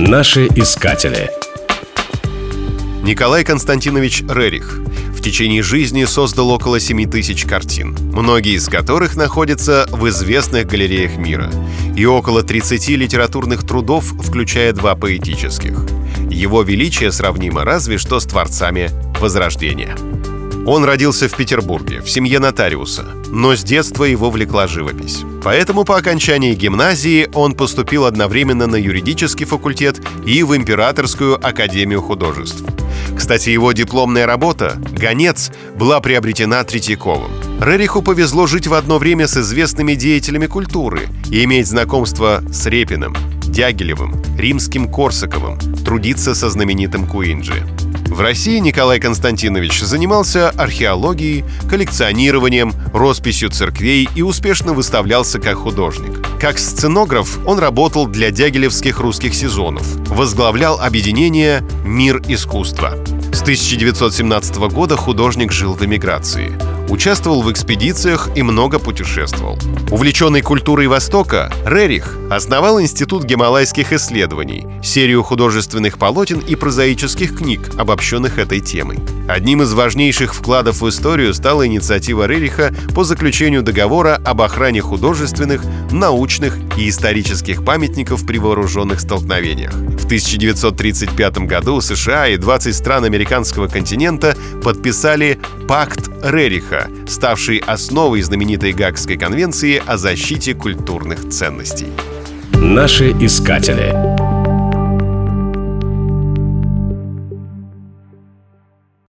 Наши искатели. Николай Константинович Рерих в течение жизни создал около 7000 картин, многие из которых находятся в известных галереях мира, и около 30 литературных трудов, включая 2 поэтических. Его величие сравнимо разве что с творцами Возрождения. Он родился в Петербурге, в семье нотариуса, но с детства его влекла живопись. Поэтому по окончании гимназии он поступил одновременно на юридический факультет и в Императорскую академию художеств. Кстати, его дипломная работа «Гонец» была приобретена Третьяковым. Рериху повезло жить в одно время с известными деятелями культуры и иметь знакомство с Репиным, Дягилевым, Римским-Корсаковым, трудиться со знаменитым Куинджи. В России Николай Константинович занимался археологией, коллекционированием, росписью церквей и успешно выставлялся как художник. Как сценограф он работал для дягилевских русских сезонов, возглавлял объединение «Мир искусства». С 1917 года художник жил в эмиграции, участвовал в экспедициях и много путешествовал. Увлеченный культурой Востока, Рерих основал Институт гималайских исследований, серию художественных полотен и прозаических книг, обобщенных этой темой. Одним из важнейших вкладов в историю стала инициатива Рериха по заключению договора об охране художественных, научных и исторических памятников при вооруженных столкновениях. В 1935 году США и 20 стран американского континента подписали Пакт Рериха, ставший основой знаменитой Гаагской конвенции о защите культурных ценностей. Наши искатели.